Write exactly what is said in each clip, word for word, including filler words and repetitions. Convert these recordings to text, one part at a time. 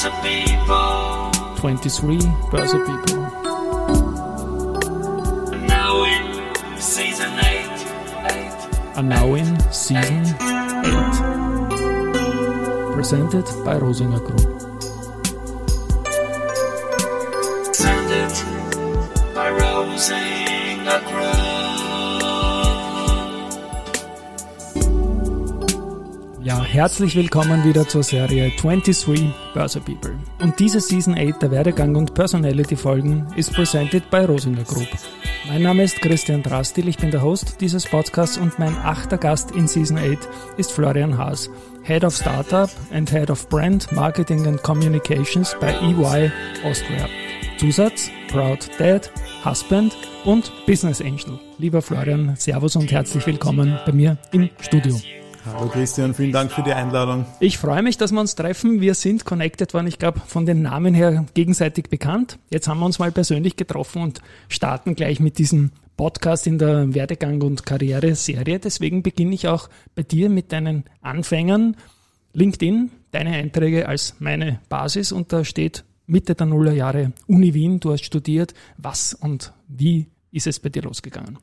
Börse People. twenty-three Börse People. And now in season eight. eight. And now in season eight. Presented by Rosinger Group. Presented by Rosinger Group. Ja, herzlich willkommen wieder zur Serie twenty-three Börse People. Und diese Season eight der Werdegang- und Personality-Folgen ist presented by Rosinger Group. Mein Name ist Christian Drastil, ich bin der Host dieses Podcasts und mein achter Gast in Season eight ist Florian Haas, Head of Startup and Head of Brand, Marketing and Communications bei E Y Austria. Zusatz, Proud Dad, Husband und Business Angel. Lieber Florian, Servus und herzlich willkommen bei mir im Studio. Hallo Christian, vielen Dank für die Einladung. Ich freue mich, dass wir uns treffen. Wir sind connected worden, ich glaube, von den Namen her gegenseitig bekannt. Jetzt haben wir uns mal persönlich getroffen und starten gleich mit diesem Podcast in der Werdegang- und Karriere-Serie. Deswegen beginne ich auch bei dir mit deinen Anfängern. LinkedIn, deine Einträge als meine Basis und da steht Mitte der Nullerjahre Uni Wien. Du hast studiert. Was und wie ist es bei dir losgegangen?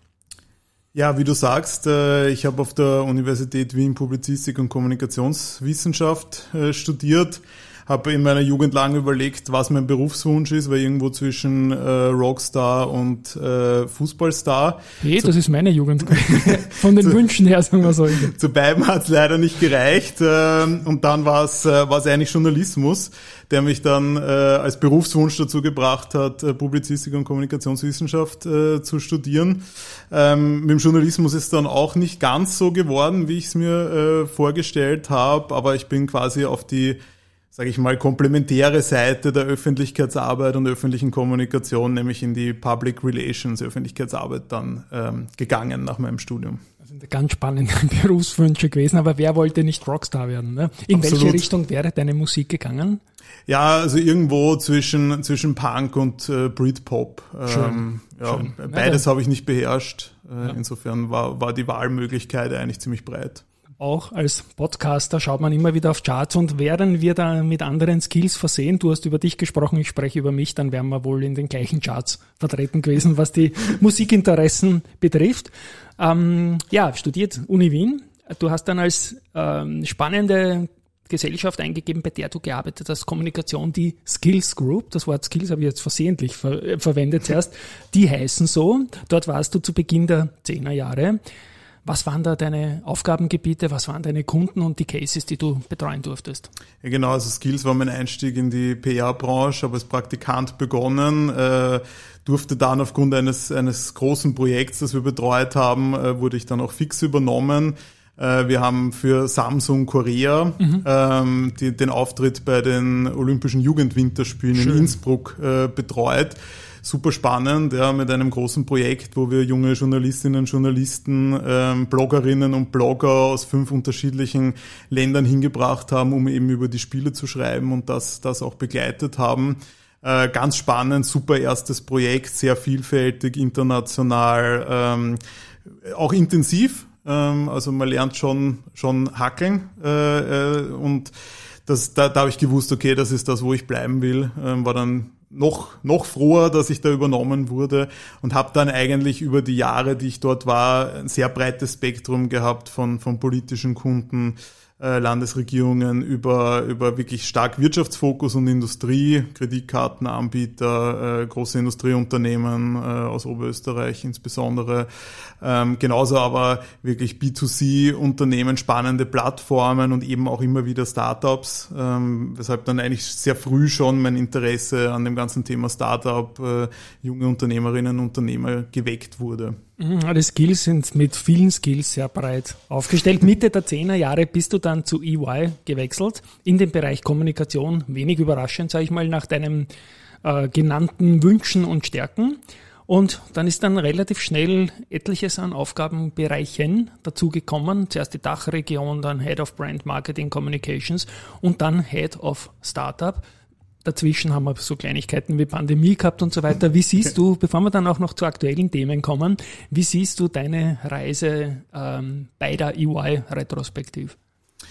Ja, wie du sagst, ich habe auf der Universität Wien Publizistik und Kommunikationswissenschaft studiert, habe in meiner Jugend lange überlegt, was mein Berufswunsch ist, weil irgendwo zwischen äh, Rockstar und äh, Fußballstar. Hey, das ist meine Jugend. Von den zu, Wünschen her, sagen wir so. Zu beiden hat es leider nicht gereicht. Äh, und dann war es äh, war es eigentlich Journalismus, der mich dann äh, als Berufswunsch dazu gebracht hat, äh, Publizistik und Kommunikationswissenschaft äh, zu studieren. Ähm, mit dem Journalismus ist dann auch nicht ganz so geworden, wie ich es mir äh, vorgestellt habe, aber ich bin quasi auf die, sage ich mal, komplementäre Seite der Öffentlichkeitsarbeit und öffentlichen Kommunikation, nämlich in die Public Relations Öffentlichkeitsarbeit dann ähm, gegangen nach meinem Studium. Das sind ganz spannende Berufswünsche gewesen, aber wer wollte nicht Rockstar werden? Ne? In Absolut. Welche Richtung wäre deine Musik gegangen? Ja, also irgendwo zwischen zwischen Punk und äh, Britpop. Schön. Ähm, ja, Schön. Beides ja, habe ich nicht beherrscht. Äh, ja. Insofern war war die Wahlmöglichkeit eigentlich ziemlich breit. Auch als Podcaster schaut man immer wieder auf Charts und wären wir da mit anderen Skills versehen, du hast über dich gesprochen, ich spreche über mich, dann wären wir wohl in den gleichen Charts vertreten gewesen, was die Musikinteressen betrifft. Ähm, ja, studiert Uni Wien. Du hast dann als ähm, spannende Gesellschaft eingegeben, bei der du gearbeitet hast, Kommunikation, die Skills Group. Das Wort Skills habe ich jetzt versehentlich ver- äh, verwendet zuerst. Die heißen so. Dort warst du zu Beginn der Zehnerjahre. Was waren da deine Aufgabengebiete, was waren deine Kunden und die Cases, die du betreuen durftest? Ja genau, also Skills war mein Einstieg in die P R-Branche, habe als Praktikant begonnen, äh, durfte dann aufgrund eines eines großen Projekts, das wir betreut haben, äh, wurde ich dann auch fix übernommen. Äh, wir haben für Samsung Korea mhm. ähm, die, den Auftritt bei den Olympischen Jugendwinterspielen Schön. in Innsbruck äh, betreut. Super spannend, ja, mit einem großen Projekt, wo wir junge Journalistinnen und Journalisten, ähm, Bloggerinnen und Blogger aus fünf unterschiedlichen Ländern hingebracht haben, um eben über die Spiele zu schreiben und das, das auch begleitet haben. Äh, ganz spannend, super erstes Projekt, sehr vielfältig, international, ähm, auch intensiv. Ähm, also man lernt schon, schon hackeln äh, äh, und das, da, da habe ich gewusst, okay, das ist das, wo ich bleiben will. Ähm, war dann noch noch froher, dass ich da übernommen wurde und habe dann eigentlich über die Jahre, die ich dort war, ein sehr breites Spektrum gehabt von von politischen Kunden, äh, Landesregierungen über über wirklich stark Wirtschaftsfokus und Industrie, Kreditkartenanbieter, äh, große Industrieunternehmen äh, aus Oberösterreich insbesondere, ähm, genauso aber wirklich B zwei C-Unternehmen, spannende Plattformen und eben auch immer wieder Startups, ähm, weshalb dann eigentlich sehr früh schon mein Interesse an dem ganzen Thema Startup, äh, junge Unternehmerinnen und Unternehmer geweckt wurde. Die Skills sind mit vielen Skills sehr breit aufgestellt. Mitte der Zehnerjahre bist du dann zu E Y gewechselt, in den Bereich Kommunikation, wenig überraschend, sage ich mal, nach deinen äh, genannten Wünschen und Stärken. Und dann ist dann relativ schnell etliches an Aufgabenbereichen dazugekommen. Zuerst die Dachregion, dann Head of Brand Marketing Communications und dann Head of Startup. Dazwischen haben wir so Kleinigkeiten wie Pandemie gehabt und so weiter. Wie siehst du, bevor wir dann auch noch zu aktuellen Themen kommen, wie siehst du deine Reise ähm, bei der E Y retrospektiv?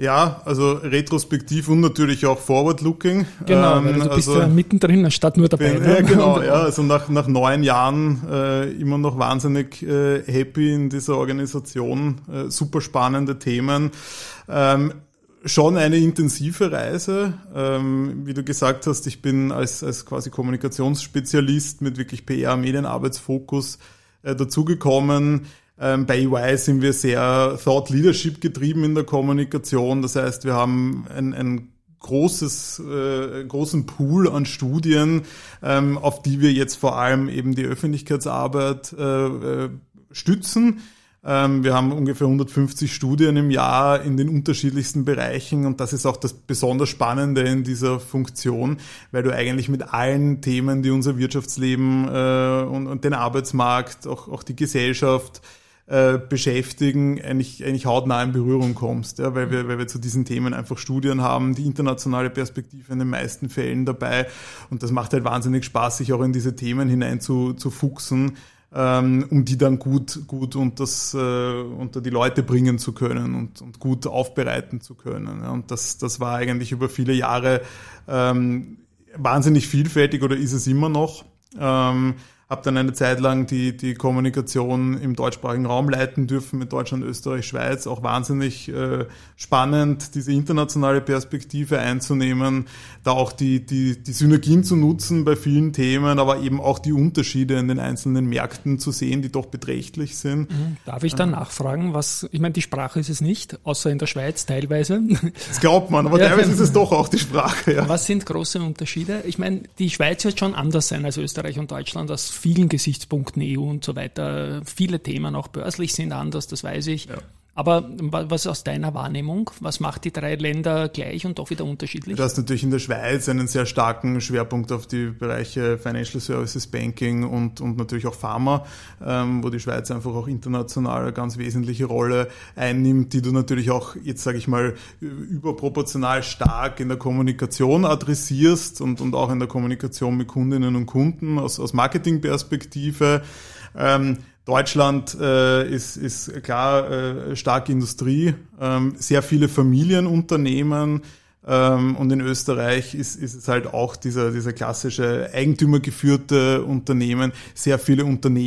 Ja, also retrospektiv und natürlich auch forward-looking. Genau, ähm, weil du bist also, ja mittendrin, anstatt nur dabei. bin, ja, genau, ja, also nach, nach neun Jahren äh, immer noch wahnsinnig äh, happy in dieser Organisation, äh, super spannende Themen. Ähm, schon eine intensive Reise. Ähm, wie du gesagt hast, ich bin als, als quasi Kommunikationsspezialist mit wirklich P R, Medienarbeitsfokus äh, dazugekommen. Bei E Y sind wir sehr Thought Leadership getrieben in der Kommunikation. Das heißt, wir haben ein, ein großes, äh, großen Pool an Studien, ähm, auf die wir jetzt vor allem eben die Öffentlichkeitsarbeit äh, stützen. Ähm, wir haben ungefähr hundertfünfzig Studien im Jahr in den unterschiedlichsten Bereichen und das ist auch das besonders Spannende in dieser Funktion, weil du eigentlich mit allen Themen, die unser Wirtschaftsleben äh, und, und den Arbeitsmarkt, auch, auch die Gesellschaft äh, beschäftigen, eigentlich, eigentlich hautnah in Berührung kommst, ja, weil wir, weil wir zu diesen Themen einfach Studien haben, die internationale Perspektive in den meisten Fällen dabei und das macht halt wahnsinnig Spaß, sich auch in diese Themen hinein zu, zu fuchsen, ähm, um die dann gut, gut unter, das, äh, unter die Leute bringen zu können und, und gut aufbereiten zu können. Ja, und das, das war eigentlich über viele Jahre ähm, wahnsinnig vielfältig oder ist es immer noch. Ähm, habe dann eine Zeit lang die, die Kommunikation im deutschsprachigen Raum leiten dürfen mit Deutschland, Österreich, Schweiz. Auch wahnsinnig äh, spannend, diese internationale Perspektive einzunehmen, da auch die, die, die Synergien zu nutzen bei vielen Themen, aber eben auch die Unterschiede in den einzelnen Märkten zu sehen, die doch beträchtlich sind. Darf ich dann ähm. nachfragen, was, ich meine, die Sprache ist es nicht, außer in der Schweiz teilweise. Das glaubt man, aber ja, teilweise ist es doch auch die Sprache. Ja. Was sind große Unterschiede? Ich meine, die Schweiz wird schon anders sein als Österreich und Deutschland, aus vielen Gesichtspunkten, E U und so weiter. Viele Themen auch börslich sind anders, das weiß ich. Ja. Aber was aus deiner Wahrnehmung? Was macht die drei Länder gleich und doch wieder unterschiedlich? Du hast natürlich in der Schweiz einen sehr starken Schwerpunkt auf die Bereiche Financial Services, Banking und, und natürlich auch Pharma, ähm, wo die Schweiz einfach auch international eine ganz wesentliche Rolle einnimmt, die du natürlich auch jetzt, sage ich mal, überproportional stark in der Kommunikation adressierst und, und auch in der Kommunikation mit Kundinnen und Kunden aus, aus Marketingperspektive. Ähm, Deutschland äh, ist, ist klar äh, starke Industrie, ähm, sehr viele Familienunternehmen ähm, und in Österreich ist, ist es halt auch dieser, dieser klassische eigentümergeführte Unternehmen, sehr viele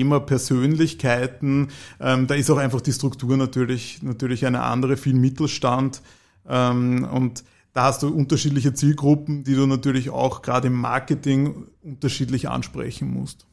Unternehmerpersönlichkeiten. Ähm, da ist auch einfach die Struktur natürlich, natürlich eine andere, viel Mittelstand ähm, und da hast du unterschiedliche Zielgruppen, die du natürlich auch gerade im Marketing unterschiedlich ansprechen musst.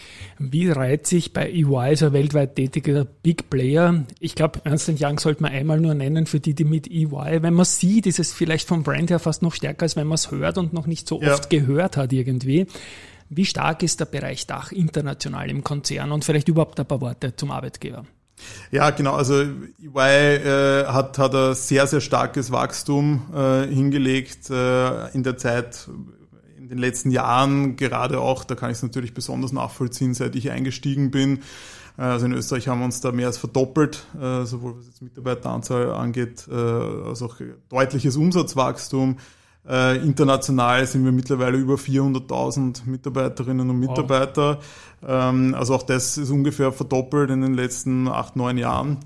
Wie reiht sich bei E Y, so weltweit tätiger Big Player? Ich glaube, Ernst und Young sollte man einmal nur nennen für die, die mit E Y, wenn man sieht, ist es vielleicht vom Brand her fast noch stärker, als wenn man es hört und noch nicht so ja. oft gehört hat irgendwie. Wie stark ist der Bereich Dach international im Konzern und vielleicht überhaupt ein paar Worte zum Arbeitgeber? Ja, genau. Also E Y äh, hat, hat ein sehr, sehr starkes Wachstum äh, hingelegt äh, in der Zeit, in den letzten Jahren, gerade auch, da kann ich es natürlich besonders nachvollziehen, seit ich eingestiegen bin. Also in Österreich haben wir uns da mehr als verdoppelt, sowohl was jetzt Mitarbeiteranzahl angeht, als auch deutliches Umsatzwachstum. International sind wir mittlerweile über vierhunderttausend Mitarbeiterinnen und Mitarbeiter. Wow. Also auch das ist ungefähr verdoppelt in den letzten acht, neun Jahren.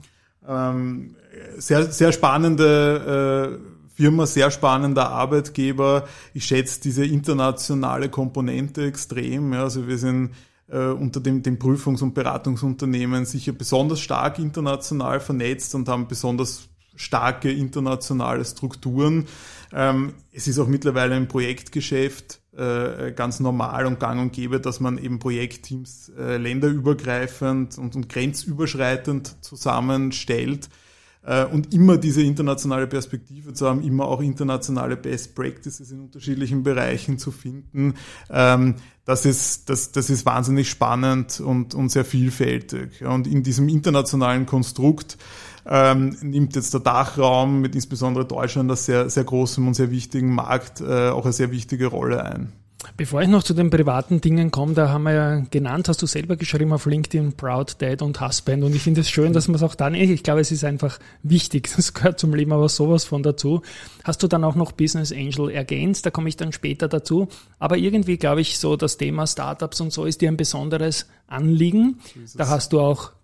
Sehr, sehr spannende Firma, sehr spannender Arbeitgeber. Ich schätze diese internationale Komponente extrem. Ja, also wir sind äh, unter dem, dem Prüfungs- und Beratungsunternehmen sicher besonders stark international vernetzt und haben besonders starke internationale Strukturen. Ähm, es ist auch mittlerweile ein Projektgeschäft äh, ganz normal und gang und gäbe, dass man eben Projektteams äh, länderübergreifend und, und grenzüberschreitend zusammenstellt. Und immer diese internationale Perspektive zu haben, immer auch internationale Best Practices in unterschiedlichen Bereichen zu finden, das ist, das, das ist wahnsinnig spannend und, und sehr vielfältig. Und in diesem internationalen Konstrukt ähm, nimmt jetzt der Dachraum mit insbesondere Deutschland als sehr, sehr großem und sehr wichtigen Markt äh, auch eine sehr wichtige Rolle ein. Bevor ich noch zu den privaten Dingen komme, da haben wir ja genannt, hast du selber geschrieben auf LinkedIn, Proud Dad und Husband. Und ich finde es schön, dass man es auch dann, ich glaube, es ist einfach wichtig, das gehört zum Leben aber sowas von dazu. Hast du dann auch noch Business Angel ergänzt, da komme ich dann später dazu. Aber irgendwie glaube ich so, das Thema Startups und so ist dir ein besonderes Anliegen. Da hast du auch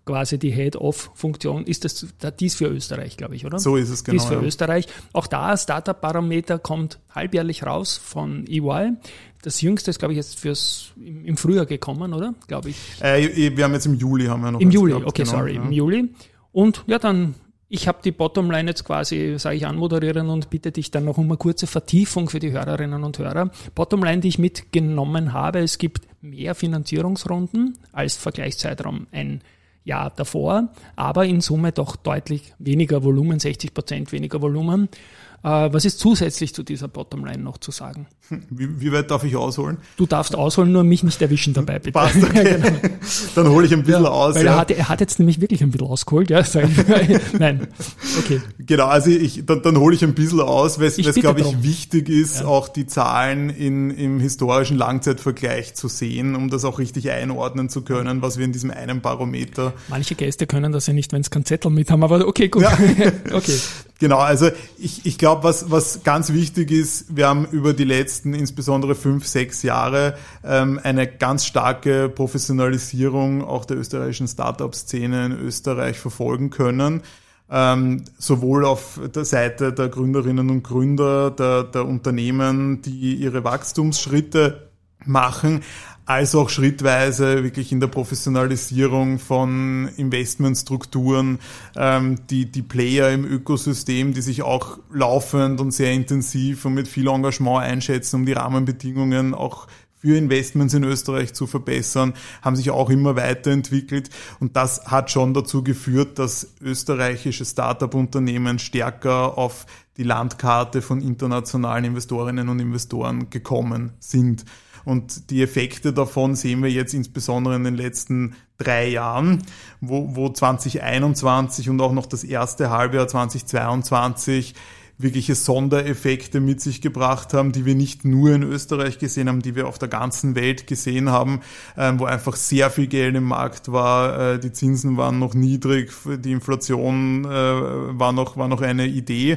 quasi die Head-Off-Funktion, ist das dies für Österreich, glaube ich, oder? So ist es, genau. Dies für ja. Österreich. Auch da, Startup-Barometer kommt halbjährlich raus von E Y. Das jüngste ist, glaube ich, jetzt fürs im, im Frühjahr gekommen, oder? Glaube ich. Äh, wir haben jetzt im Juli, haben wir noch. Im Juli, gehabt, okay, genau, sorry, ja. im Juli. Und ja, dann, ich habe die Bottomline jetzt quasi, sage ich, anmoderieren und bitte dich dann noch um eine kurze Vertiefung für die Hörerinnen und Hörer. Bottomline, die ich mitgenommen habe, es gibt mehr Finanzierungsrunden als Vergleichszeitraum ein Jahr davor, aber in Summe doch deutlich weniger Volumen, sechzig Prozent weniger Volumen. Äh, was ist zusätzlich zu dieser Bottomline noch zu sagen? Wie, wie weit darf ich ausholen? Du darfst ausholen, nur mich nicht erwischen dabei, bitte. Passt, okay. Ja, genau. Dann hole ich ein bisschen Ja, aus. Weil ja. er, hat, er hat jetzt nämlich wirklich ein bisschen ausgeholt, ja, sag ich. Nein, okay. Genau, also ich, dann, dann hole ich ein bisschen aus, weil es, Ich weil es bitte glaube ich, drum. wichtig ist, Ja. auch die Zahlen in, im historischen Langzeitvergleich zu sehen, um das auch richtig einordnen zu können, was wir in diesem einen Barometer. Manche Gäste können das ja nicht, wenn sie keinen Zettel mit haben, aber okay, gut. Ja. Okay. Genau, also ich, ich glaube, was, was ganz wichtig ist, wir haben über die letzten insbesondere fünf, sechs Jahre ähm, eine ganz starke Professionalisierung auch der österreichischen Startup-Szene in Österreich verfolgen können. Ähm, sowohl auf der Seite der Gründerinnen und Gründer, der, der Unternehmen, die ihre Wachstumsschritte machen, als auch schrittweise wirklich in der Professionalisierung von Investmentstrukturen, ähm, die, die Player im Ökosystem, die sich auch laufend und sehr intensiv und mit viel Engagement einschätzen, um die Rahmenbedingungen auch für Investments in Österreich zu verbessern, haben sich auch immer weiterentwickelt. Und das hat schon dazu geführt, dass österreichische Start-up-Unternehmen stärker auf die Landkarte von internationalen Investorinnen und Investoren gekommen sind. Und die Effekte davon sehen wir jetzt insbesondere in den letzten drei Jahren, wo, wo zwanzig einundzwanzig und auch noch das erste Halbjahr zwanzig zweiundzwanzig wirkliche Sondereffekte mit sich gebracht haben, die wir nicht nur in Österreich gesehen haben, die wir auf der ganzen Welt gesehen haben, ähm, wo einfach sehr viel Geld im Markt war, äh, die Zinsen waren noch niedrig, die Inflation äh, war noch war noch eine Idee.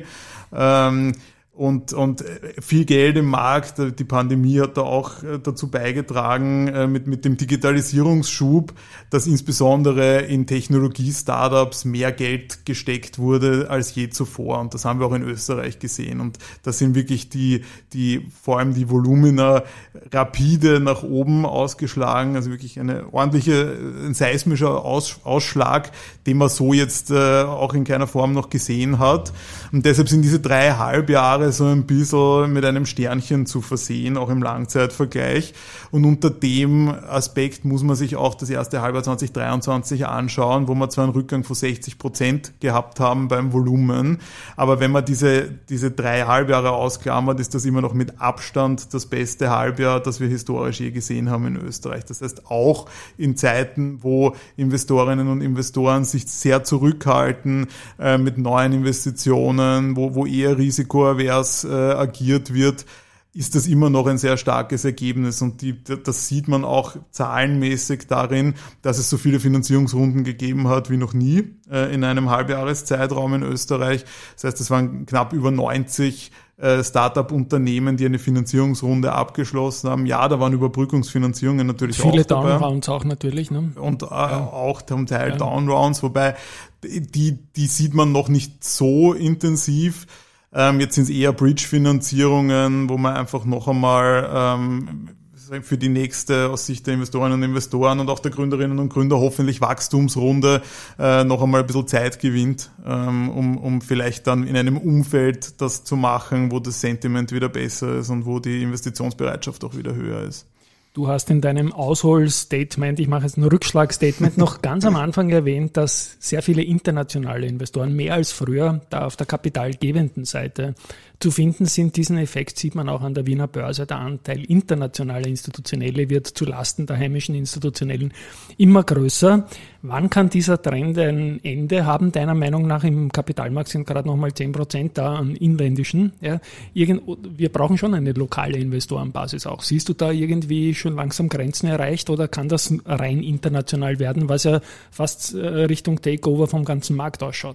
Ähm, Und, und viel Geld im Markt, die Pandemie hat da auch dazu beigetragen, mit, mit dem Digitalisierungsschub, dass insbesondere in Technologie-Startups mehr Geld gesteckt wurde als je zuvor. Und das haben wir auch in Österreich gesehen. Und da sind wirklich die, die, vor allem die Volumina rapide nach oben ausgeschlagen. Also wirklich eine ordentliche, ein seismischer Aus, Ausschlag, den man so jetzt äh, auch in keiner Form noch gesehen hat. Und deshalb sind diese drei Halbjahre so ein bisschen mit einem Sternchen zu versehen, auch im Langzeitvergleich. Und unter dem Aspekt muss man sich auch das erste Halbjahr zwanzig dreiundzwanzig anschauen, wo wir zwar einen Rückgang von sechzig Prozent gehabt haben beim Volumen, aber wenn man diese, diese drei Halbjahre ausklammert, ist das immer noch mit Abstand das beste Halbjahr, das wir historisch je gesehen haben in Österreich. Das heißt, auch in Zeiten, wo Investorinnen und Investoren sich sehr zurückhalten äh, mit neuen Investitionen, wo, wo eher risikoavers äh, agiert wird, ist das immer noch ein sehr starkes Ergebnis. Und die, das sieht man auch zahlenmäßig darin, dass es so viele Finanzierungsrunden gegeben hat wie noch nie äh, in einem Halbjahreszeitraum in Österreich. Das heißt, es waren knapp über neunzig äh, Start-up-Unternehmen, die eine Finanzierungsrunde abgeschlossen haben. Ja, da waren Überbrückungsfinanzierungen natürlich Viele auch dabei. Downrounds auch natürlich. Ne? Und äh, Ja. auch zum Teil Ja. Downrounds, wobei die, die sieht man noch nicht so intensiv. Ähm, jetzt sind es eher Bridge-Finanzierungen, wo man einfach noch einmal ähm, für die nächste aus Sicht der Investorinnen und Investoren und auch der Gründerinnen und Gründer hoffentlich Wachstumsrunde äh, noch einmal ein bisschen Zeit gewinnt, ähm, um, um vielleicht dann in einem Umfeld das zu machen, wo das Sentiment wieder besser ist und wo die Investitionsbereitschaft auch wieder höher ist. Du hast in deinem Ausholstatement, ich mache jetzt ein Rückschlagstatement, noch ganz am Anfang erwähnt, dass sehr viele internationale Investoren, mehr als früher, da auf der kapitalgebenden Seite zu finden sind. Diesen Effekt sieht man auch an der Wiener Börse. Der Anteil internationaler Institutionelle wird zu Lasten der heimischen Institutionellen immer größer. Wann kann dieser Trend ein Ende haben? Deiner Meinung nach im Kapitalmarkt sind gerade nochmal zehn Prozent da an inländischen. Ja, irgend, wir brauchen schon eine lokale Investorenbasis auch. Siehst du da irgendwie schon langsam Grenzen erreicht oder kann das rein international werden, was ja fast Richtung Takeover vom ganzen Markt ausschaut dann?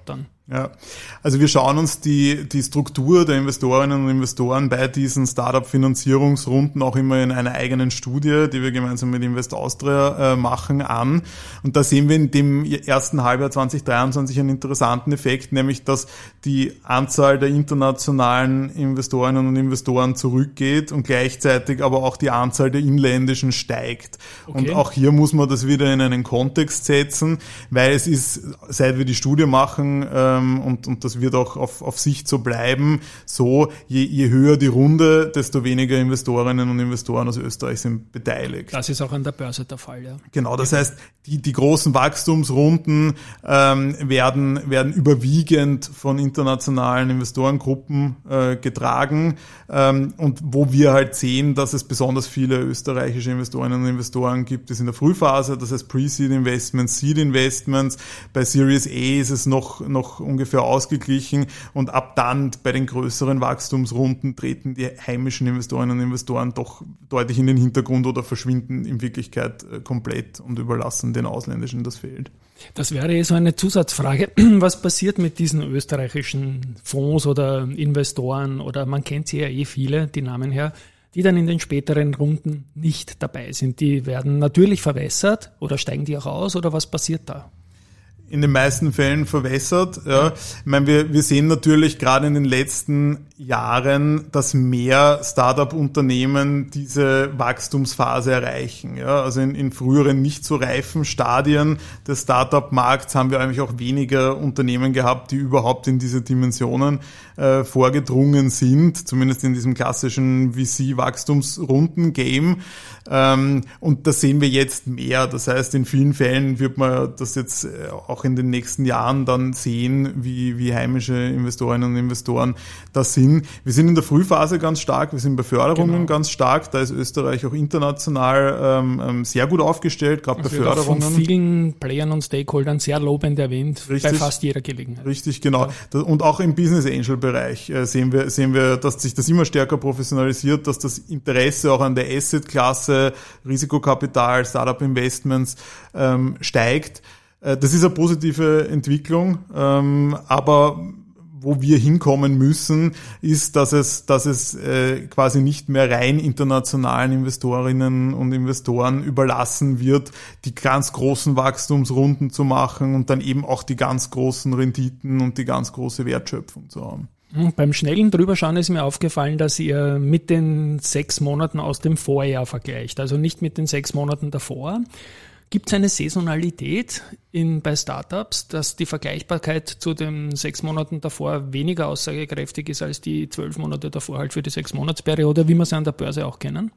Ja, also wir schauen uns die, die Struktur der Investorinnen und Investoren bei diesen Startup-Finanzierungsrunden auch immer in einer eigenen Studie, die wir gemeinsam mit Invest Austria äh, machen, an. Und da sehen wir in dem ersten Halbjahr zwanzig dreiundzwanzig einen interessanten Effekt, nämlich dass die Anzahl der internationalen Investorinnen und Investoren zurückgeht und gleichzeitig aber auch die Anzahl der inländischen steigt. Okay. Und auch hier muss man das wieder in einen Kontext setzen, weil es ist, seit wir die Studie machen, äh, Und, und das wird auch auf, auf Sicht so bleiben. So, je, je höher die Runde, desto weniger Investorinnen und Investoren aus Österreich sind beteiligt. Das ist auch an der Börse der Fall, ja. Genau, das heißt, die, die großen Wachstumsrunden ähm, werden, werden überwiegend von internationalen Investorengruppen äh, getragen. Ähm, und wo wir halt sehen, dass es besonders viele österreichische Investorinnen und Investoren gibt, ist in der Frühphase, das heißt Pre-Seed Investments, Seed Investments. Bei Series A ist es noch, noch ungefähr ausgeglichen und ab dann bei den größeren Wachstumsrunden treten die heimischen Investorinnen und Investoren doch deutlich in den Hintergrund oder verschwinden in Wirklichkeit komplett und überlassen den ausländischen das Feld. Das wäre eh so eine Zusatzfrage. Was passiert mit diesen österreichischen Fonds oder Investoren oder man kennt sie ja eh viele, die Namen her, die dann in den späteren Runden nicht dabei sind? Die werden natürlich verwässert oder steigen die auch aus oder was passiert da? In den meisten Fällen verwässert. Ja. Ich meine, wir, wir sehen natürlich gerade in den letzten Jahren, dass mehr Startup-Unternehmen diese Wachstumsphase erreichen. Ja. Also in, in früheren nicht so reifen Stadien des Startup-Markts haben wir eigentlich auch weniger Unternehmen gehabt, die überhaupt in diese Dimensionen äh, vorgedrungen sind, zumindest in diesem klassischen V C-Wachstumsrunden-Game. Ähm, und das sehen wir jetzt mehr. Das heißt, in vielen Fällen wird man das jetzt auch in den nächsten Jahren dann sehen, wie, wie heimische Investorinnen und Investoren das sind. Wir sind in der Frühphase ganz stark, wir sind bei Förderungen genau. ganz stark. Da ist Österreich auch international ähm, sehr gut aufgestellt, gerade bei Förderungen. Von vielen Playern und Stakeholdern sehr lobend erwähnt, richtig, bei fast jeder Gelegenheit. Richtig, genau. Ja. Und auch im Business Angel Bereich äh, sehen wir, sehen wir, dass sich das immer stärker professionalisiert, dass das Interesse auch an der Asset-Klasse, Risikokapital, Startup-Investments ähm, steigt. Das ist eine positive Entwicklung, ähm, aber wo wir hinkommen müssen, ist, dass es, dass es äh, quasi nicht mehr rein internationalen Investorinnen und Investoren überlassen wird, die ganz großen Wachstumsrunden zu machen und dann eben auch die ganz großen Renditen und die ganz große Wertschöpfung zu haben. Beim schnellen Drüberschauen ist mir aufgefallen, dass ihr mit den sechs Monaten aus dem Vorjahr vergleicht, also nicht mit den sechs Monaten davor. Gibt es eine Saisonalität in, bei Startups, dass die Vergleichbarkeit zu den sechs Monaten davor weniger aussagekräftig ist als die zwölf Monate davor halt für die sechs Monatsperiode, wie wir sie an der Börse auch kennen?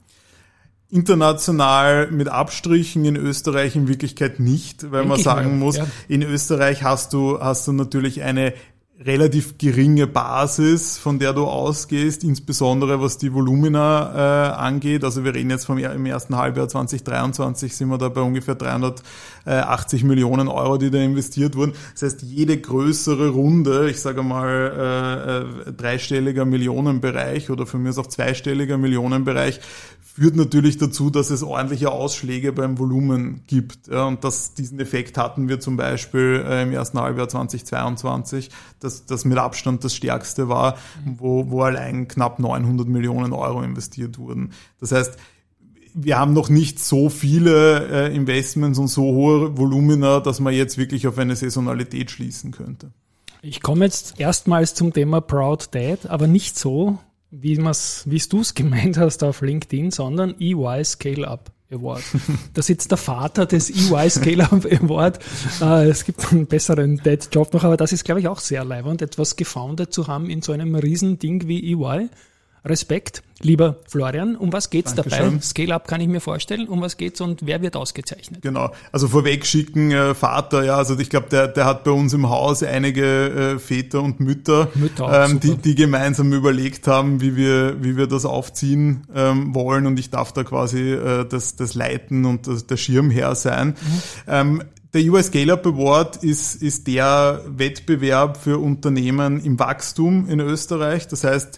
International mit Abstrichen, in Österreich in Wirklichkeit nicht, weil Denk man sagen muss, ja. in Österreich hast du, hast du natürlich eine relativ geringe Basis, von der du ausgehst, insbesondere was die Volumina äh, angeht. Also wir reden jetzt vom im ersten Halbjahr zwanzig dreiundzwanzig sind wir da bei ungefähr dreihundertachtzig Millionen Euro, die da investiert wurden. Das heißt, jede größere Runde, ich sage mal äh, äh, dreistelliger Millionenbereich oder für mich ist auch zweistelliger Millionenbereich, führt natürlich dazu, dass es ordentliche Ausschläge beim Volumen gibt. Ja, und das, diesen Effekt hatten wir zum Beispiel äh, im ersten Halbjahr zwanzig zweiundzwanzig, das, das mit Abstand das stärkste war, wo, wo allein knapp neunhundert Millionen Euro investiert wurden. Das heißt, wir haben noch nicht so viele äh, Investments und so hohe Volumina, dass man jetzt wirklich auf eine Saisonalität schließen könnte. Ich komme jetzt erstmals zum Thema Proud Dad, aber nicht so, wie man's, wie du es gemeint hast auf LinkedIn, sondern E Y Scale Up Award. Da sitzt der Vater des E Y Scale Up Award. Äh, es gibt einen besseren Dad-Job noch, aber das ist, glaube ich, auch sehr leibend, etwas gefoundet zu haben in so einem riesen Ding wie E Y. Respekt, lieber Florian. Um was geht's Dankeschön. Dabei? Scale-Up kann ich mir vorstellen. Um was geht's und wer wird ausgezeichnet? Genau. Also vorweg schicken, äh, Vater, ja, also ich glaube, der, der hat bei uns im Haus einige äh, Väter und Mütter, Mütter auch, ähm, die, die gemeinsam überlegt haben, wie wir, wie wir das aufziehen ähm, wollen. Und ich darf da quasi äh, das, das leiten und das, der Schirmherr sein. Mhm. Ähm, Der E Y Scale-Up Award ist, ist der Wettbewerb für Unternehmen im Wachstum in Österreich. Das heißt,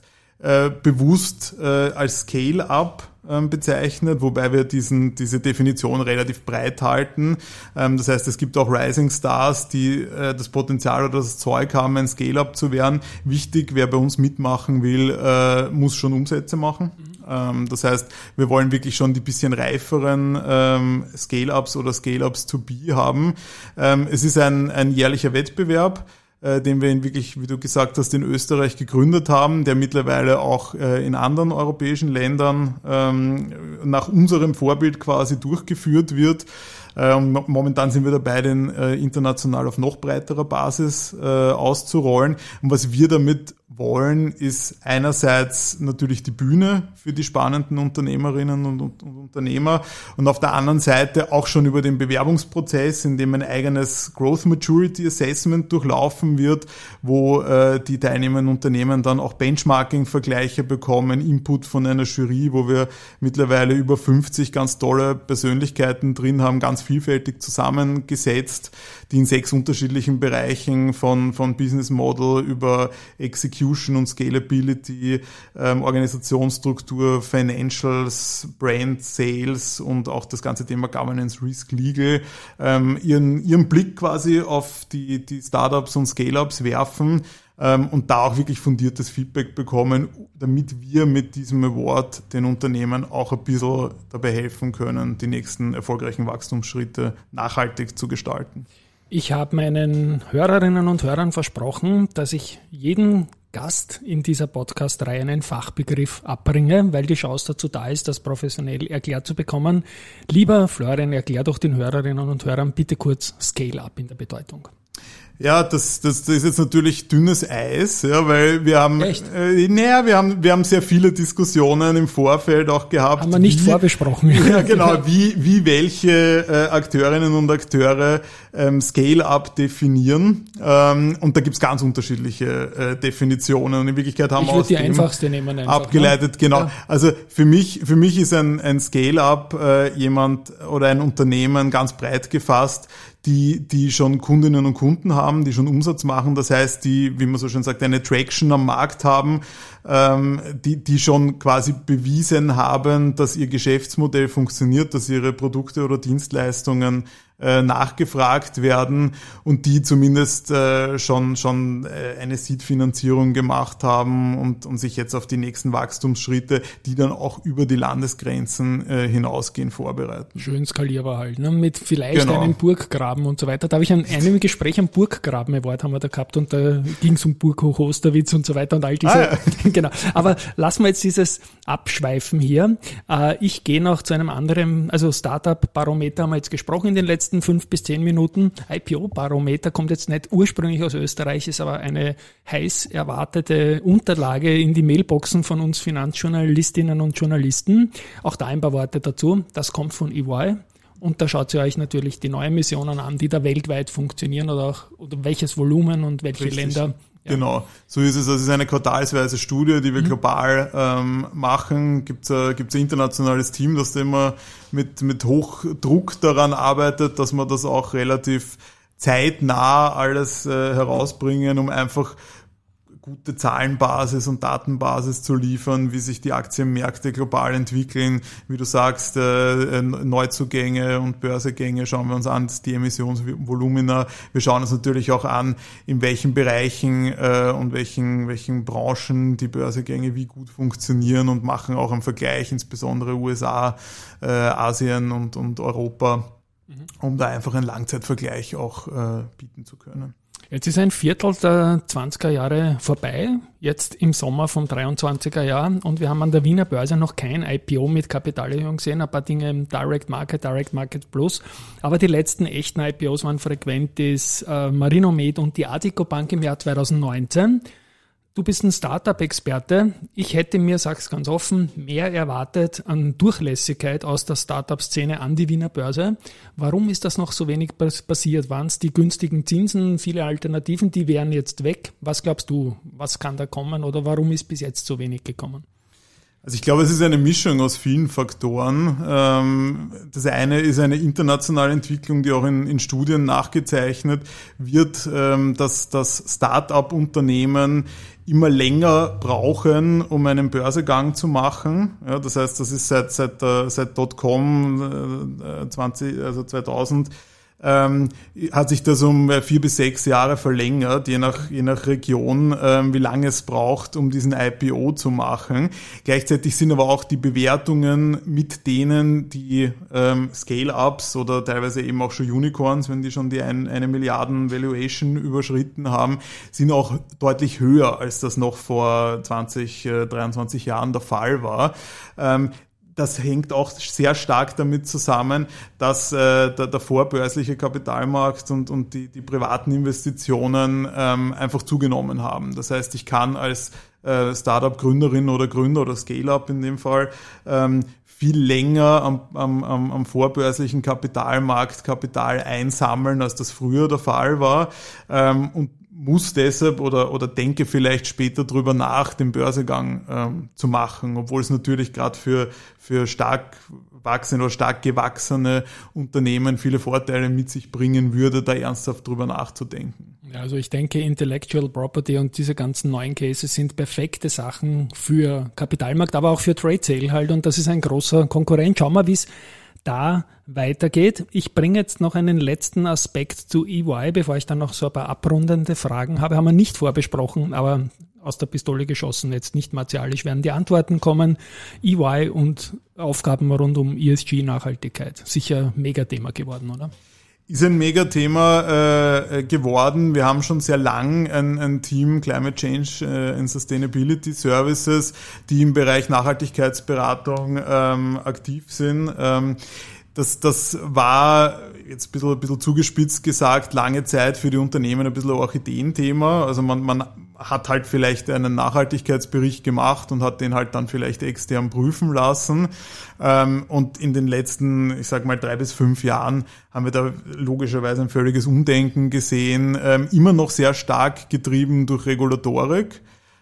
äh, bewusst äh, als Scale-Up ähm, bezeichnet, wobei wir diesen diese Definition relativ breit halten. Ähm, das heißt, es gibt auch Rising Stars, die äh, das Potenzial oder das Zeug haben, ein Scale-Up zu werden. Wichtig, wer bei uns mitmachen will, äh, muss schon Umsätze machen. Mhm. Ähm, das heißt, wir wollen wirklich schon die bisschen reiferen ähm, Scale-Ups oder Scale-Ups to be haben. Ähm, es ist ein, ein jährlicher Wettbewerb, den wir in wirklich, wie du gesagt hast, in Österreich gegründet haben, der mittlerweile auch äh, in anderen europäischen Ländern ähm, nach unserem Vorbild quasi durchgeführt wird. Äh, und momentan sind wir dabei, den äh, international auf noch breiterer Basis äh, auszurollen. Und was wir damit wollen, ist einerseits natürlich die Bühne für die spannenden Unternehmerinnen und, und, und Unternehmer und auf der anderen Seite auch schon über den Bewerbungsprozess, in dem ein eigenes Growth Maturity Assessment durchlaufen wird, wo äh, die teilnehmenden Unternehmen dann auch Benchmarking-Vergleiche bekommen, Input von einer Jury, wo wir mittlerweile über fünfzig ganz tolle Persönlichkeiten drin haben, ganz vielfältig zusammengesetzt, die in sechs unterschiedlichen Bereichen von, von Business Model über Execution und Scalability, ähm, Organisationsstruktur, Financials, Brand, Sales und auch das ganze Thema Governance, Risk, Legal, ähm, ihren, ihren Blick quasi auf die, die Startups und Scale-Ups werfen ähm, und da auch wirklich fundiertes Feedback bekommen, damit wir mit diesem Award den Unternehmen auch ein bisschen dabei helfen können, die nächsten erfolgreichen Wachstumsschritte nachhaltig zu gestalten. Ich habe meinen Hörerinnen und Hörern versprochen, dass ich jeden Gast in dieser Podcast-Reihe einen Fachbegriff abbringe, weil die Chance dazu da ist, das professionell erklärt zu bekommen. Lieber Florian, erklär doch den Hörerinnen und Hörern bitte kurz Scale-Up in der Bedeutung. Ja, das, das, das ist jetzt natürlich dünnes Eis, ja, weil wir haben, Echt? äh, naja, wir haben, wir haben sehr viele Diskussionen im Vorfeld auch gehabt. Haben wir nicht wie, vorbesprochen. Ja, genau, wie, wie welche äh, Akteurinnen und Akteure ähm, Scale-Up definieren. Ähm, und da gibt's ganz unterschiedliche äh, Definitionen. Und in Wirklichkeit haben wir aus die einfachste nehmen einfach, abgeleitet, ne? Genau. Ja. Also für mich, für mich ist ein, ein Scale-Up äh, jemand oder ein Unternehmen ganz breit gefasst, die, die schon Kundinnen und Kunden haben, die schon Umsatz machen, das heißt, die, wie man so schön sagt, eine Traction am Markt haben, ähm, die, die schon quasi bewiesen haben, dass ihr Geschäftsmodell funktioniert, dass ihre Produkte oder Dienstleistungen äh, nachgefragt werden und die zumindest äh, schon, schon äh, eine Seed-Finanzierung gemacht haben und, und sich jetzt auf die nächsten Wachstumsschritte, die dann auch über die Landesgrenzen äh, hinausgehen, vorbereiten. Schön skalierbar halt, ne? Mit vielleicht Genau. einem Burggraben und so weiter. Da habe ich an einem Gespräch am Burggraben-Award haben wir da gehabt und da ging es um Burg Hoch-Osterwitz und so weiter und all diese. Ah, ja. Genau. Aber lassen wir jetzt dieses Abschweifen hier. Äh, ich gehe noch zu einem anderen, also Startup-Barometer haben wir jetzt gesprochen in den letzten fünf bis zehn Minuten. I P O-Barometer kommt jetzt nicht ursprünglich aus Österreich, ist aber eine heiß erwartete Unterlage in die Mailboxen von uns Finanzjournalistinnen und Journalisten. Auch da ein paar Worte dazu. Das kommt von E Y. Und da schaut ihr euch natürlich die neuen Missionen an, die da weltweit funktionieren oder auch oder welches Volumen und welche Richtig. Länder. Ja. Genau, so ist es. Das ist eine quartalsweise Studie, die wir mhm. global ähm, machen. Gibt es ein, gibt's ein internationales Team, das da immer mit, mit Hochdruck daran arbeitet, dass wir das auch relativ zeitnah alles äh, herausbringen, um einfach gute Zahlenbasis und Datenbasis zu liefern, wie sich die Aktienmärkte global entwickeln. Wie du sagst, äh, Neuzugänge und Börsegänge schauen wir uns an, die Emissionsvolumina. Wir schauen uns natürlich auch an, in welchen Bereichen äh, und welchen, welchen Branchen die Börsegänge wie gut funktionieren und machen auch einen Vergleich, insbesondere U S A, äh, Asien und, und Europa, mhm. um da einfach einen Langzeitvergleich auch äh, bieten zu können. Jetzt ist ein Viertel der zwanziger Jahre vorbei, jetzt im Sommer vom dreiundzwanziger Jahr und wir haben an der Wiener Börse noch kein I P O mit Kapitalerhöhung gesehen, ein paar Dinge im Direct Market, Direct Market Plus, aber die letzten echten I P Os waren frequent, ist äh, Marinomed und die Addiko Bank im Jahr zweitausendneunzehn. Du bist ein Startup-Experte. Ich hätte mir, sag's ganz offen, mehr erwartet an Durchlässigkeit aus der Startup-Szene an die Wiener Börse. Warum ist das noch so wenig passiert? Waren es die günstigen Zinsen, viele Alternativen, die wären jetzt weg? Was glaubst du, was kann da kommen oder warum ist bis jetzt so wenig gekommen? Also ich glaube, es ist eine Mischung aus vielen Faktoren. Das eine ist eine internationale Entwicklung, die auch in, in Studien nachgezeichnet wird, dass das Start-up-Unternehmen immer länger brauchen, um einen Börsegang zu machen. Ja, das heißt, das ist seit seit seit Dotcom äh, zwanzig, also zweitausend ähm, hat sich das um vier bis sechs Jahre verlängert, je nach je nach Region, ähm, wie lange es braucht, um diesen I P O zu machen. Gleichzeitig sind aber auch die Bewertungen mit denen, die ähm, Scale-Ups oder teilweise eben auch schon Unicorns, wenn die schon die ein, eine Milliarden Valuation überschritten haben, sind auch deutlich höher, als das noch vor zwanzig, dreiundzwanzig Jahren der Fall war. Ähm, Das hängt auch sehr stark damit zusammen, dass äh, der, der vorbörsliche Kapitalmarkt und, und die, die privaten Investitionen ähm, einfach zugenommen haben. Das heißt, ich kann als äh, Startup-Gründerin oder Gründer oder Scale-Up in dem Fall ähm, viel länger am, am, am vorbörslichen Kapitalmarkt Kapital einsammeln, als das früher der Fall war. Ähm, und muss deshalb oder oder denke vielleicht später drüber nach, den Börsegang ähm, zu machen, obwohl es natürlich gerade für für stark wachsende oder stark gewachsene Unternehmen viele Vorteile mit sich bringen würde, da ernsthaft drüber nachzudenken. Ja, also ich denke, Intellectual Property und diese ganzen neuen Cases sind perfekte Sachen für Kapitalmarkt, aber auch für Trade Sale halt, und das ist ein großer Konkurrent. Schauen wir, wie es da weitergeht. Ich bringe jetzt noch einen letzten Aspekt zu E Y, bevor ich dann noch so ein paar abrundende Fragen habe. Haben wir nicht vorbesprochen, aber aus der Pistole geschossen, jetzt nicht martialisch werden die Antworten kommen. E Y und Aufgaben rund um E S G-Nachhaltigkeit. Sicher Megathema geworden, oder? Ist ein Megathema äh, geworden. Wir haben schon sehr lang ein, ein Team Climate Change äh, and Sustainability Services, die im Bereich Nachhaltigkeitsberatung ähm, aktiv sind. Ähm, Das, das war jetzt ein bisschen, ein bisschen zugespitzt gesagt, lange Zeit für die Unternehmen ein bisschen ein Orchideenthema. Also man, man hat halt vielleicht einen Nachhaltigkeitsbericht gemacht und hat den halt dann vielleicht extern prüfen lassen. Und in den letzten, ich sag mal, drei bis fünf Jahren haben wir da logischerweise ein völliges Umdenken gesehen, immer noch sehr stark getrieben durch Regulatorik.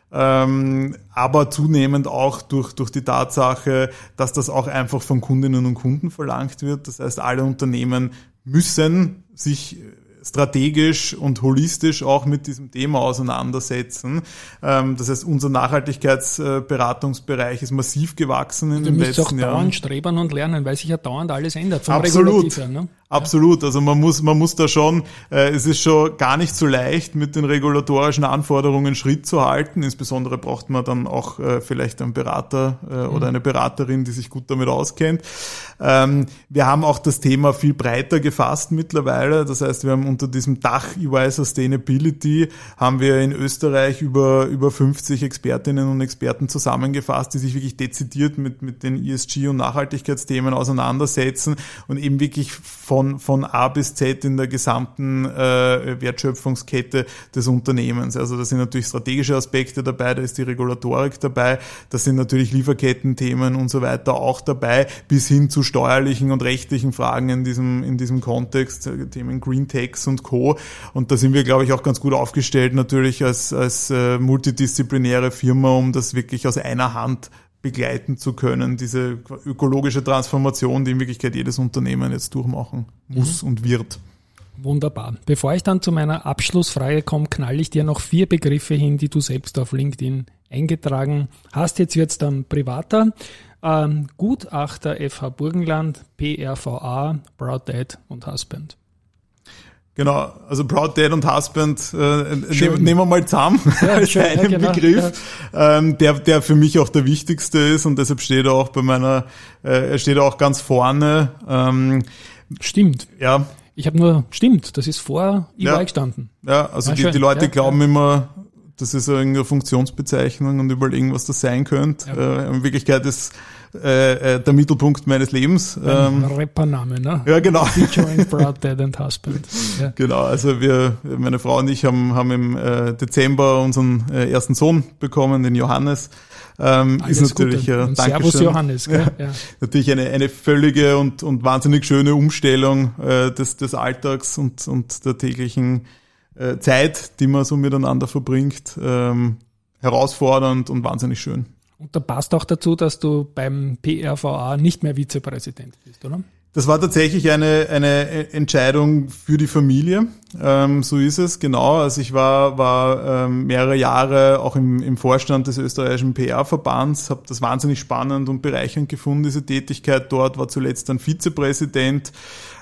Ähm, aber zunehmend auch durch durch die Tatsache, dass das auch einfach von Kundinnen und Kunden verlangt wird. Das heißt, alle Unternehmen müssen sich strategisch und holistisch auch mit diesem Thema auseinandersetzen. Ähm, das heißt, unser Nachhaltigkeitsberatungsbereich ist massiv gewachsen in den letzten Jahren. Du musst auch dauernd strebern und lernen, weil sich ja dauernd alles ändert. Vom Absolut. Her, ne? Absolut. Also man muss, man muss da schon, äh, es ist schon gar nicht so leicht, mit den regulatorischen Anforderungen Schritt zu halten. Insbesondere braucht man dann auch äh, vielleicht einen Berater äh, oder eine Beraterin, die sich gut damit auskennt. Ähm, wir haben auch das Thema viel breiter gefasst mittlerweile. Das heißt, wir haben unter diesem Dach E Y Sustainability haben wir in Österreich über, über fünfzig Expertinnen und Experten zusammengefasst, die sich wirklich dezidiert mit, mit den E S G und Nachhaltigkeitsthemen auseinandersetzen und eben wirklich von Von, von A bis Z in der gesamten äh, Wertschöpfungskette des Unternehmens. Also da sind natürlich strategische Aspekte dabei, da ist die Regulatorik dabei, da sind natürlich Lieferkettenthemen und so weiter auch dabei, bis hin zu steuerlichen und rechtlichen Fragen in diesem in diesem Kontext, äh, Themen Green Tax und Co. Und da sind wir, glaube ich, auch ganz gut aufgestellt natürlich als, als äh, multidisziplinäre Firma, um das wirklich aus einer Hand begleiten zu können, diese ökologische Transformation, die in Wirklichkeit jedes Unternehmen jetzt durchmachen muss mhm. und wird. Wunderbar. Bevor ich dann zu meiner Abschlussfrage komme, knall ich dir noch vier Begriffe hin, die du selbst auf LinkedIn eingetragen hast. Jetzt wird's dann privater. Ähm, Gutachter F H Burgenland, P R V A, Proud Dad und Husband. Genau, also Proud Dad und Husband äh, nehmen, nehmen wir mal zusammen ja, als schön, einen ja, genau, Begriff, ja. ähm, der der für mich auch der wichtigste ist und deshalb steht er auch bei meiner, äh, er steht auch ganz vorne. Ähm, stimmt. Ja. Ich habe nur, stimmt, das ist vor E Y ja. gestanden. Ja, also ja, die, die Leute ja, glauben ja. immer, das ist irgendeine Funktionsbezeichnung und überlegen, was das sein könnte. Ja. Äh, in Wirklichkeit ist Äh, der Mittelpunkt meines Lebens. Ein ähm, Rappername, ne? Ja, genau. Featuring Proud Dad and Husband. Ja. Genau, also wir, meine Frau und ich haben, haben im äh, Dezember unseren äh, ersten Sohn bekommen, den Johannes. Ähm, ist natürlich äh, äh, Servus Johannes, gell? Ja, ja. Natürlich eine, eine völlige und, und wahnsinnig schöne Umstellung äh, des, des Alltags und, und der täglichen äh, Zeit, die man so miteinander verbringt. Ähm, herausfordernd und wahnsinnig schön. Und da passt auch dazu, dass du beim P R V A nicht mehr Vizepräsident bist, oder? Das war tatsächlich eine eine Entscheidung für die Familie. Ähm, so ist es, genau. Also ich war war ähm, mehrere Jahre auch im, im Vorstand des österreichischen P R-Verbands, habe das wahnsinnig spannend und bereichernd gefunden, diese Tätigkeit dort, war zuletzt dann Vizepräsident.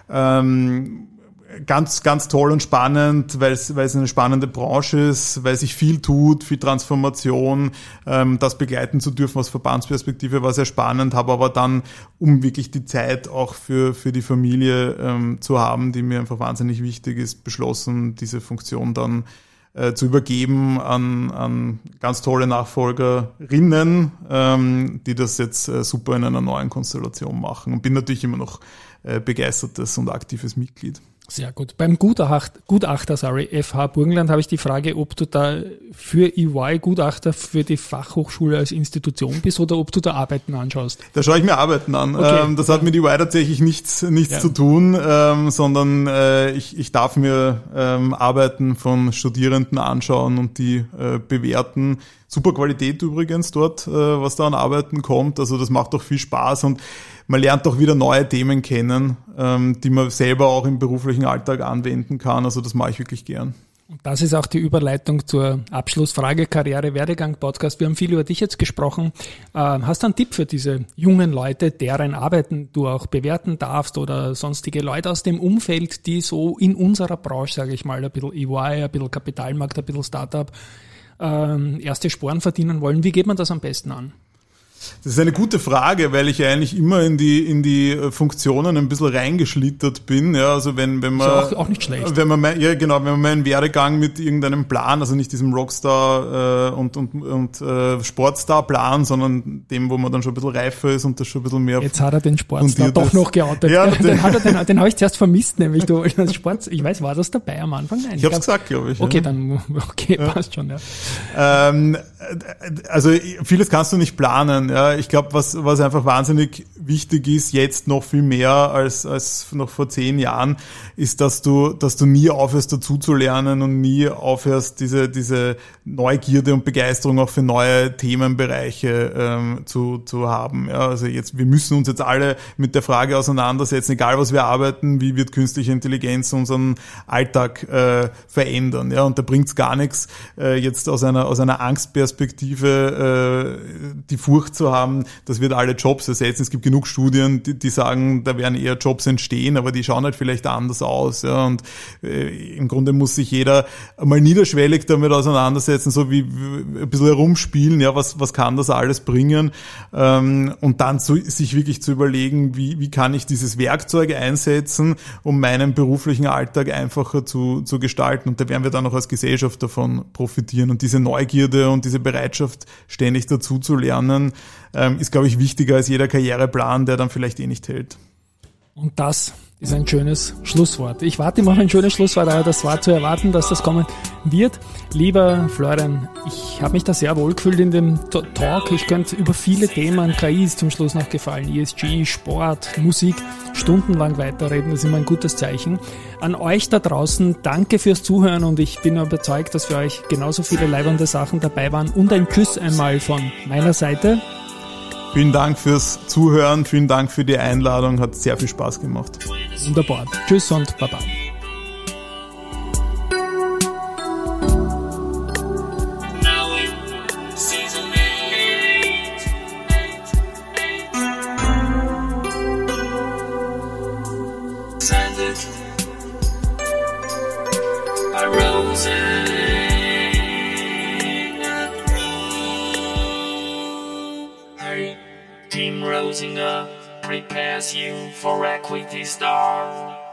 Ähm, Ganz, ganz toll und spannend, weil es, weil es eine spannende Branche ist, weil sich viel tut, viel Transformation, ähm, das begleiten zu dürfen aus Verbandsperspektive war sehr spannend, habe aber dann, um wirklich die Zeit auch für, für die Familie ähm, zu haben, die mir einfach wahnsinnig wichtig ist, beschlossen, diese Funktion dann äh, zu übergeben an, an ganz tolle Nachfolgerinnen, ähm, die das jetzt äh, super in einer neuen Konstellation machen und bin natürlich immer noch äh, begeistertes und aktives Mitglied. Sehr gut. Beim Gutachter, Gutachter sorry, F H Burgenland habe ich die Frage, ob du da für E Y Gutachter für die Fachhochschule als Institution bist oder ob du da Arbeiten anschaust. Da schaue ich mir Arbeiten an. Okay. Ähm, das hat mit E Y tatsächlich nichts, nichts ja. zu tun, ähm, sondern äh, ich, ich darf mir ähm, Arbeiten von Studierenden anschauen und die äh, bewerten. Super Qualität übrigens dort, äh, was da an Arbeiten kommt. Also das macht doch viel Spaß und man lernt auch wieder neue Themen kennen, ähm, die man selber auch im beruflichen Alltag anwenden kann. Also das mache ich wirklich gern. Und das ist auch die Überleitung zur Abschlussfrage Karriere Werdegang Podcast. Wir haben viel über dich jetzt gesprochen. Äh, hast du einen Tipp für diese jungen Leute, deren Arbeiten du auch bewerten darfst oder sonstige Leute aus dem Umfeld, die so in unserer Branche, sage ich mal, ein bisschen E Y, ein bisschen Kapitalmarkt, ein bisschen Startup, äh, erste Sporen verdienen wollen? Wie geht man das am besten an? Das ist eine gute Frage, weil ich eigentlich immer in die in die Funktionen ein bisschen reingeschlittert bin. Ja, also wenn wenn man ist auch, auch nicht schlecht. Wenn man mein, ja genau, wenn man meinen Werdegang mit irgendeinem Plan, also nicht diesem Rockstar äh, und und und äh, Sportstar-Plan, sondern dem, wo man dann schon ein bisschen reifer ist und das schon ein bisschen mehr. Jetzt hat er den Sportstar doch noch geoutet. Ja, den, den, hat er, den, den habe ich zuerst vermisst, nämlich du als Sports. Ich weiß, war das dabei am Anfang? Nein, ich habe es gesagt, glaube ich. Okay, ja. dann okay, ja. Passt schon. Ja. Ähm, also vieles kannst du nicht planen. Ja, ich glaube, was was einfach wahnsinnig wichtig ist, jetzt noch viel mehr als als noch vor zehn Jahren, ist, dass du dass du nie aufhörst, dazu zu lernen und nie aufhörst, diese diese Neugierde und Begeisterung auch für neue Themenbereiche ähm, zu zu haben. Ja, also jetzt wir müssen uns jetzt alle mit der Frage auseinandersetzen, egal was wir arbeiten, wie wird künstliche Intelligenz unseren Alltag äh, verändern. Ja, und da bringt's gar nichts, äh, jetzt aus einer aus einer Angstperspektive äh, die Furcht zu haben, das wird alle Jobs ersetzen. Es gibt genug Studien, die, die sagen, da werden eher Jobs entstehen, aber die schauen halt vielleicht anders aus. Ja. Und äh, im Grunde muss sich jeder mal niederschwellig damit auseinandersetzen, so wie, wie ein bisschen herumspielen, ja, was was kann das alles bringen? Ähm, und dann zu, sich wirklich zu überlegen, wie wie kann ich dieses Werkzeug einsetzen, um meinen beruflichen Alltag einfacher zu zu gestalten. Und da werden wir dann auch als Gesellschaft davon profitieren. Und diese Neugierde und diese Bereitschaft, ständig dazu zu lernen, ähm, ist, glaube ich, wichtiger als jeder Karriereplan, der dann vielleicht eh nicht hält. Und das ist ein schönes Schlusswort. Ich warte immer auf ein schönes Schlusswort, aber das war zu erwarten, dass das kommen wird. Lieber Florian, ich habe mich da sehr wohl gefühlt in dem Talk. Ich könnte über viele Themen, K I ist zum Schluss noch gefallen, E S G, Sport, Musik, stundenlang weiterreden. Das ist immer ein gutes Zeichen. An euch da draußen, danke fürs Zuhören und ich bin überzeugt, dass für euch genauso viele leibende Sachen dabei waren. Und ein Tschüss einmal von meiner Seite. Vielen Dank fürs Zuhören, vielen Dank für die Einladung, hat sehr viel Spaß gemacht. Wunderbar. Tschüss und Baba. Now in season eight, scented by roses. Team Rosing Up prepares you for Equity Star.